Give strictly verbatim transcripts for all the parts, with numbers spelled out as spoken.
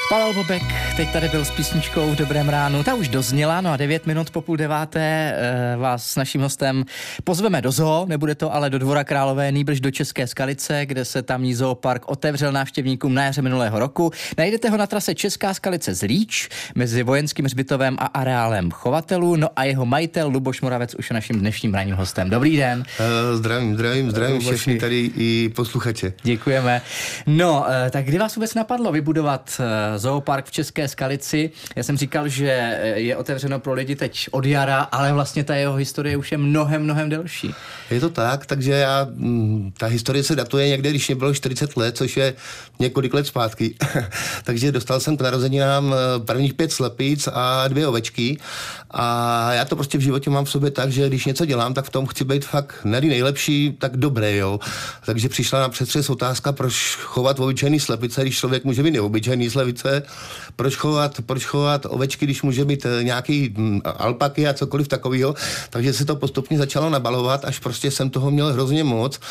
Pavel Bobek teď tady byl s písničkou v dobrém ránu. Ta už dozněla, no a devět minut po půl deváté e, vás s naším hostem pozveme do zoo, nebude to ale do Dvora Králové, nýbrž do České Skalice, kde se tamní zoopark otevřel návštěvníkům na jaře minulého roku. Najdete ho na trase Česká Skalice Zlíč mezi Vojenským hřbitovem a areálem chovatelů, no a jeho majitel Luboš Moravec už je naším dnešním ranním hostem. Dobrý den. Uh, zdravím, zdravím, zdravím všechny tady i posluchače. Děkujeme. No, e, tak kdy vás vůbec napadlo vybudovat e, zoopark v České Skalici? Já jsem říkal, že je otevřeno pro lidi teď od jara, ale vlastně ta jeho historie už je mnohem, mnohem delší. Je to tak, takže já, ta historie se datuje někde, když mě bylo čtyřicet let, což je několik let zpátky. Takže dostal jsem k narozeninám prvních pět slepic a dvě ovečky a já to prostě v životě mám v sobě tak, že když něco dělám, tak v tom chci být fakt ne nejlepší, tak dobré, jo. Takže přišla na přetřes otázka, proč chovat obyčejný slepice, když člověk může být neobyčejný slepice, proč chovat, proč chovat ovečky, když může být nějaký alpaky a cokoliv takového. Takže se to postupně začalo nabalovat, až prostě jsem toho měl hrozně moc.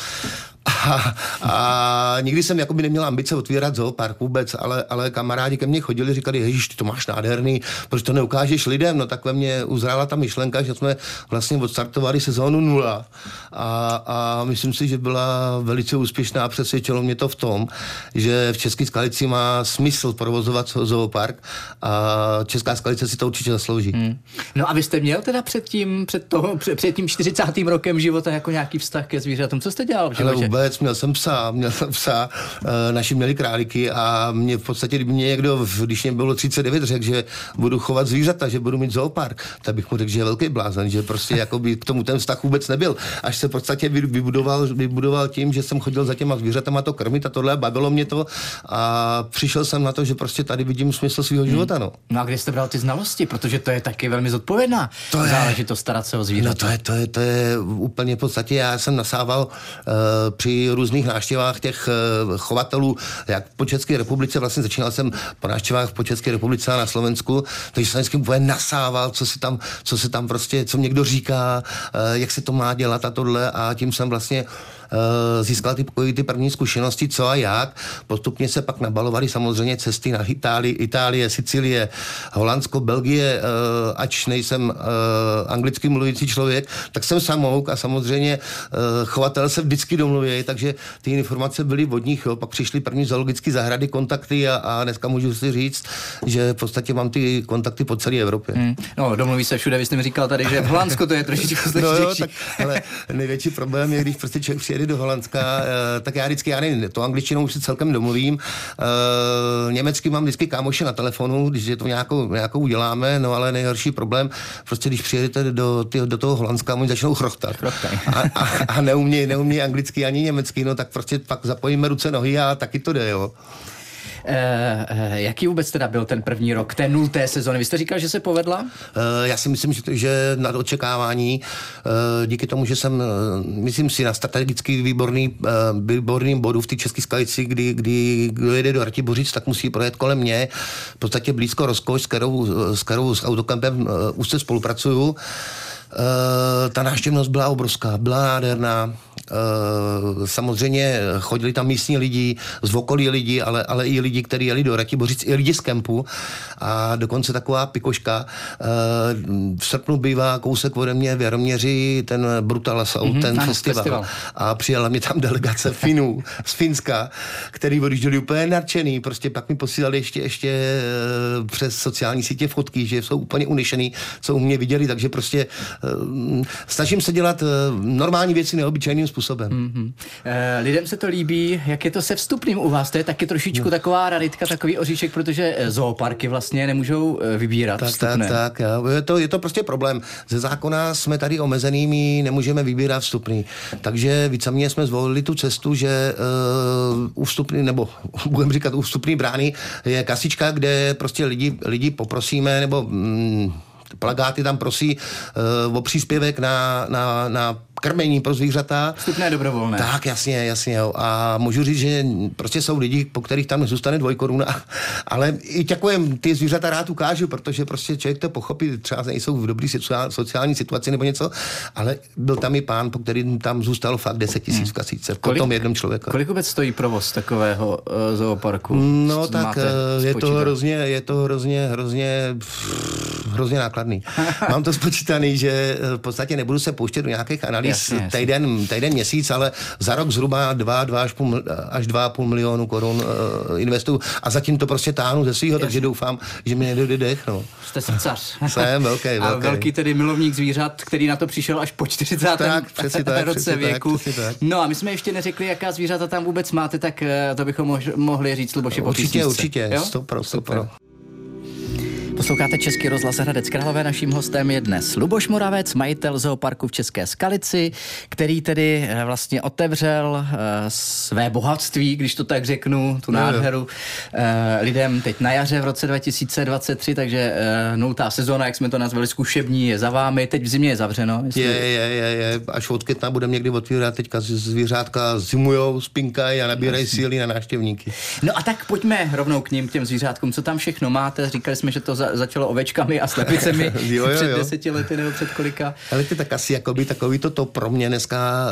A, a nikdy jsem jakoby neměl ambice otvírat zoopark vůbec, ale, ale kamarádi ke mně chodili, říkali, ježiš, ty to máš nádherný, proč to neukážeš lidem? No tak ve mně uzrála ta myšlenka, že jsme vlastně odstartovali sezónu nula a, a myslím si, že byla velice úspěšná a přesvědčilo mě to v tom, že v České Skalici má smysl provozovat zoopark a Česká Skalice si to určitě zaslouží. Hmm. No a vy jste měl teda předtím, před, toho, před, před tím čtyřicátým rokem života jako nějaký vztah ke zvířatům? Co jste dělal v životě? Vůbec, měl jsem psa, měl jsem psa, e, naši měli králíky a mě v podstatě, kdyby mě někdo, když mě bylo třicet devět, řekl, že budu chovat zvířata, že budu mít zoopark, tak bych mu řekl, že je velký blázen, že prostě jakoby k tomu ten vztah vůbec nebyl. Až se v podstatě vybudoval, vybudoval tím, že jsem chodil za těma zvířatama to krmit a tohle, bavilo mě to a přišel jsem na to, že prostě tady vidím smysl svého hmm. života, no. No a kde jste bral ty znalosti, protože to je taky velmi zodpovědná to je, záležitost starat se o zvířata. No to je, to je, to je úplně v podstatě, já jsem nasával uh, při různých návštěvách těch uh, chovatelů, jak po České republice, vlastně začínal jsem po návštěvách po České republice a na Slovensku, takže jsem vždycky úplně nasával, co si tam, co se tam prostě, co někdo říká, uh, jak se to má dělat a tohle a tím jsem vlastně získal ty, ty první zkušenosti, co a jak. Postupně se pak nabalovaly samozřejmě cesty na Itálii, Itálie, Sicílie, Holandsko, Belgie, ač nejsem anglicky mluvící člověk, tak jsem samouk a samozřejmě chovatel se vždycky domluví, takže ty informace byly od nich, jo. Pak přišly první zoologické zahrady, kontakty a, a dneska můžu si říct, že v podstatě mám ty kontakty po celé Evropě. Hmm. No, domluví se všude, vy jste mi říkal tady, že v Holandsku to je trošičku složitější. No jo, tak, ale největší problém je, když prostě člověk přijede do Holandska, tak já vždycky, já nevím, to angličtinou už si celkem domluvím. E, německy mám vždycky kámoše na telefonu, když je to nějakou, nějakou uděláme, no ale nejhorší problém, prostě když přijedete do, ty, do toho Holandska, oni začnou chrochtat. A, a, a neumějí neuměj anglicky ani německy, no tak prostě pak zapojíme ruce, nohy a taky to jde, jo. Eh, eh, jaký vůbec teda byl ten první rok té nulté sezony? Vy jste říkal, že se povedla? Eh, já si myslím, že, že nad očekávání, eh, díky tomu, že jsem, eh, myslím si, na strategicky výborný, eh, výborným bodu v té České Skalici, kdy, kdy kdo jede do Ratibořic, tak musí projet kolem mě. V podstatě blízko Rozkoš, s kterou, s kterou s autokampem eh, už se spolupracuju. Uh, ta návštěvnost byla obrovská, byla nádherná. Uh, samozřejmě chodili tam místní lidi, z okolí lidi, ale, ale i lidi, kteří jeli do Ratibořic, i lidi z kempu. A dokonce taková pikoška. Uh, v srpnu bývá kousek ode mě v Jaroměři ten Brutal Assault, mm-hmm, ten festival. festival. A přijela mě tam delegace Finů z Finska, který odjížděli úplně nadšený. Prostě pak mi posílali ještě, ještě uh, přes sociální sítě fotky, že jsou úplně unešený, co u mě viděli, takže prostě snažím se dělat normální věci neobyčejným způsobem. Mm-hmm. E, lidem se to líbí, jak je to se vstupným u vás? To je taky trošičku no. taková raritka, takový oříšek, protože zooparky vlastně nemůžou vybírat tak, vstupné. Tak, tak, je to, je to prostě problém. Ze zákona jsme tady omezenými, nemůžeme vybírat vstupný. Takže víceméně jsme zvolili tu cestu, že uh, u vstupný, nebo budeme říkat u vstupný brány je kasička, kde prostě lidi, lidi poprosíme, nebo mm, plagáty tam prosí uh, o příspěvek na, na, na krmení pro zvířata. Vstupné dobrovolné. Tak, jasně, jasně. Jo. A můžu říct, že prostě jsou lidi, po kterých tam zůstane dvojkoruna, ale i takovým ty zvířata rád ukážu, protože prostě člověk to pochopí, třeba nejsou v dobré sociální situaci nebo něco, ale byl tam i pán, po kterým tam zůstalo fakt deset tisíc v kasíce, po tom jednom člověka. Kolik vůbec stojí provoz takového uh, zooparku? No tak Máte je to hrozně, je to hrozně, hrozně, hrozně nákladný. Mám to spočítaný, že v podstatě nebudu se pouštět do nějakých analýz jasně, týden, týden, měsíc, ale za rok zhruba dva, dva až, půl, až dva a půl milionu korun uh, investuju a zatím to prostě táhnu ze svýho, takže doufám, že mi nedojde dech. No. Jste srdcař. Jsem velký, velký. A velký tedy milovník zvířat, který na to přišel až po čtyřicátém tak, roce věku. Tak, tak. No a my jsme ještě neřekli, jaká zvířata tam vůbec máte, tak to bychom mohli říct, Luboši, po Určitě, písničce. určitě, stopro, stopro. Posloucháte Český rozhlas Hradec Králové. Naším hostem je dnes Luboš Moravec, majitel zooparku v České Skalici, který tedy vlastně otevřel uh, své bohatství, když to tak řeknu, tu nádheru, uh, lidem teď na jaře v roce dva tisíce dvacet tři, takže uh, nultá sezóna, jak jsme to nazvali, zkušební, je za vámi, teď v zimě je zavřeno. Jestli... Je, je, je, je, až od května budeme někdy otvírat, teďka zvířátka zimujou, spinkají a nabírají síly na návštěvníky. No a tak pojďme rovnou k ním, k těm zvířátkům, co tam všechno máte, říkali jsme, že to za začalo ovečkami a slepicemi jo, jo, před jo. deseti lety nebo před kolika. Ale ty tak asi jakoby takový to, to pro mě dneska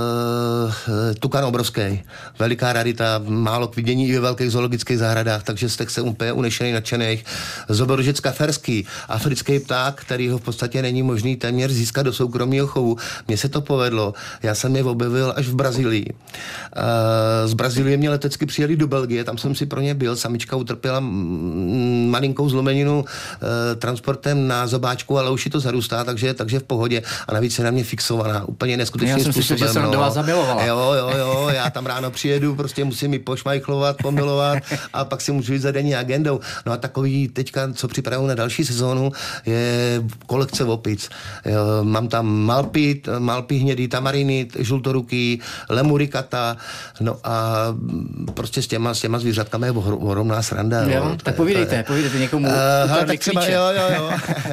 uh, tukan obrovský. Veliká rarita, málo k vidění i ve velkých zoologických zahradách, takže jste se úplně unešený, nadšených. Zoborožec kaferský, africký pták, který ho v podstatě není možný téměř získat do soukromého chovu. Mně se to povedlo. Já jsem je objevil až v Brazílii. Uh, z Brazílie mě letecky přijeli do Belgie, tam jsem si pro ně byl. Samička utrpěla m- malinkou zlomeninu transportem na zobáčku, ale už ji to zarůstá, takže, takže v pohodě a navíc je na mě fixovaná, úplně neskutečným způsobem. Já jsem si, že jsem no. do vás zamilovala. Jo, jo, jo, já tam ráno přijedu, prostě musím ji pošmajchlovat, pomilovat a pak si můžu jít za denní agendou. No a takový teďka, co připravuju na další sezónu, je kolekce opic. Jo, mám tam malpy, malpy hnědý, tamariny, žltoruký, lemurikata, no a prostě s těma, s těma zvířatkami je ohromná sranda. Jo, jo, tak povídejte, povídejte někomu. Uh, tak třeba, jo, jo, jo.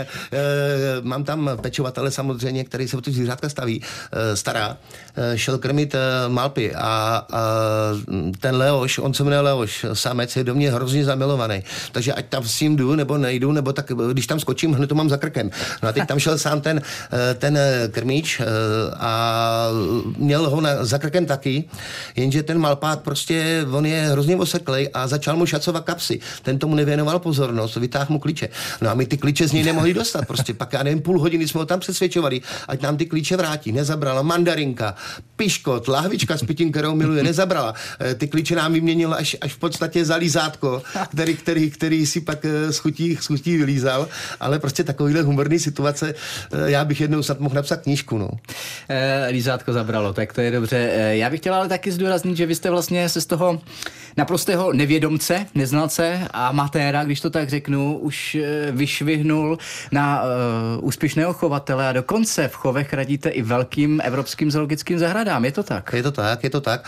Mám tam pečovatele samozřejmě, který se o ty zvířátka staví, stará. Šel krmit malpy a, a ten Leoš, on se jmenuje Leoš, samec, je do mě hrozně zamilovaný. Takže ať tam s ním jdu, nebo nejdu, nebo tak, když tam skočím, hned to mám za krkem. No a teď tam šel sám ten, ten krmíč a měl ho na, za krkem taky, jenže ten malpák prostě, on je hrozně oseklej a začal mu šacovat kapsy. Ten tomu nevěnoval pozornost, vytáhl mu klíče. No a my ty klíče z něj nemohli dostat. Prostě pak, já nevím, půl hodiny jsme ho tam přesvědčovali, ať nám ty klíče vrátí. Nezabrala mandarinka, piškot, lahvička s pitím, kterou miluje, nezabrala. Ty klíče nám vyměnil až, až v podstatě za lízátko, který, který, který si pak s chutí, s chutí vylízal. Ale prostě takovýhle humorný situace, já bych jednou snad mohl napsat knížku. No. E, lízátko zabralo, tak to je dobře. E, já bych chtěla ale taky zdůraznit, že vy jste vlastně se z toho naprostého nevědomce, neznalce a amatéra, když to tak řeknu, už vyšvihnul na uh, úspěšného chovatele a dokonce v chovech radíte i velkým evropským zoologickým zahradám. Je to tak? Je to tak, je to tak.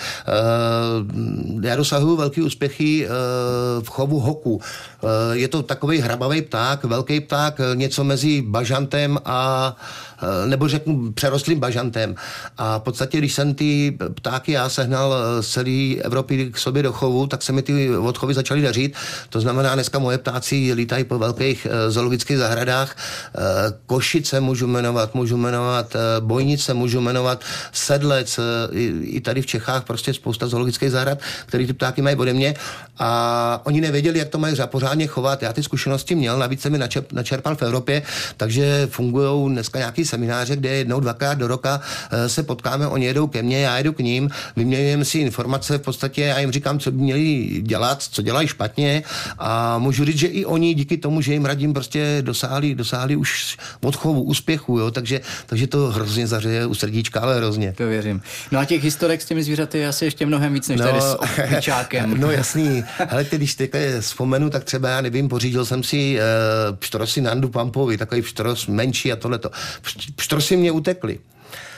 Uh, já dosahuju velký úspěchy uh, v chovu hoku. Uh, je to takový hrabavý pták, velký pták, něco mezi bažantem a nebo řeknu přerostlým bažantem. A v podstatě, když jsem ty ptáky já sehnal z celé Evropy k sobě do chovu, tak se mi ty odchovy začaly dařit. To znamená, dneska moje ptáci lítají po velkých zoologických zahradách. Košice můžu jmenovat, můžu jmenovat Bojnice, můžu jmenovat Sedlec, i tady v Čechách prostě spousta zoologických zahrad, který ty ptáky mají ode mě. A oni nevěděli, jak to mají pořádně chovat. Já ty zkušenosti měl, navíc se mi načerpal v Evropě, takže fungují dneska nějaký semináře, kde jednou, dvakrát do roka se potkáme, oni jedou ke mně, já jedu k ním, vyměňujeme si informace, v podstatě já jim říkám, co by měli dělat, co dělají špatně a můžu říct, že i oni díky tomu, že jim radím, prostě dosáhli, dosáhli už odchovu, úspěchu, jo, takže, takže to hrozně zařeje u srdíčka, ale hrozně. To věřím. No a těch historek s těmi zvířaty je asi ještě mnohem víc, než no, tady s opičákem. No jasný, hele, když teď vzpomenu, tak třeba, já nevím, pořídil jsem si uh, pštrosy Nandu Pampovi, takový pštros menší a tohleto. Pštrosy mě utekly.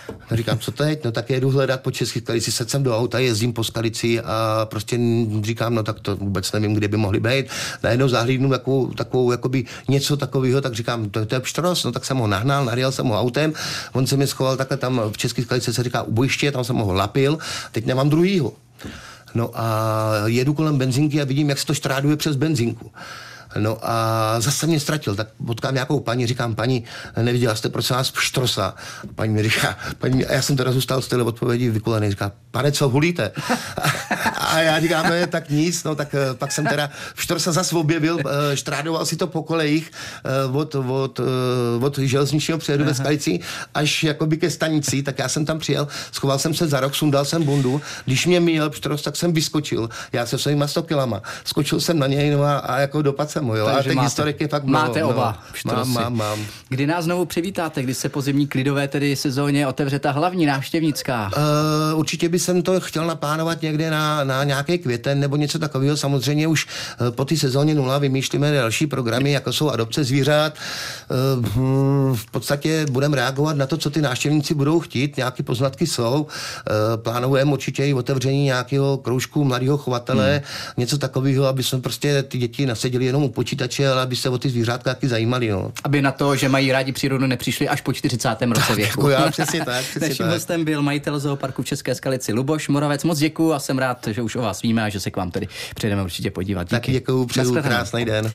No říkám, co teď? No tak jedu hledat po Českých Skalicích, sedl jsem do auta, jezdím po Skalici a prostě říkám, no tak to vůbec nevím, kde by mohli být. Najednou zahlídnu takovou, takovou jakoby něco takového, tak říkám, to, to je pštros, no tak jsem ho nahnal, najel jsem ho autem, on se mi schoval takhle tam v Českých Skalicích, se říká u bojiště, tam jsem ho lapil, teď nemám druhýho. No a jedu kolem benzinky a vidím, jak se to štráduje přes benzínku. No a zase mě ztratil, tak potkám nějakou paní, říkám, paní, neviděla jste prosím vás pštrosa? Paní mi říká, paní, a já jsem teda zůstal z téhle odpovědi vykulený, říká, pane, co hulíte? A já říkám, no je tak nic, no tak pak jsem teda pštrosa zase objevil, štrádoval si to po kolejích od, od, od železničního přejezdu ve Skalici až jakoby ke stanici, tak já jsem tam přijel, schoval jsem se za roh, sundal jsem bundu, když mě měl pštros, tak jsem vyskočil, já se svýma sto kilama, skočil jsem na něj, no a, a jako dopadl jsem ho, jo, a těch historik je fakt mnoho. Máte oba no, mám, mám, mám. Kdy nás znovu přivítáte, kdy se po zimní klidové tedy sezóně otevře ta hlavní návštěvnická? Uh, určitě by jsem to chtěl naplánovat někde na, na nějaký květen nebo něco takového. Samozřejmě už uh, po té sezóně nula vymýšlíme další programy, jako jsou adopce zvířat. Uh, v podstatě budeme reagovat na to, co ty návštěvníci budou chtít. Nějaké poznatky jsou. Uh, plánujeme určitě i otevření nějakého kroužku mladého chovatele, hmm. něco takového, aby jsme prostě ty děti nasedili jenom u počítače, ale aby se o ty zvířátka taky zajímali. No. Aby na to, že mají rádi přírodu, nepřišli až po čtyřicátém roce věku. Jako já, přesně tak. Přesně Naším tak. hostem byl majitel zooparku v České Skalici Luboš Moravec. Moc děkuju a jsem rád, že už o vás víme a že se k vám tedy přijdeme určitě podívat. Díky. Taky děkuju, přeju krásný den.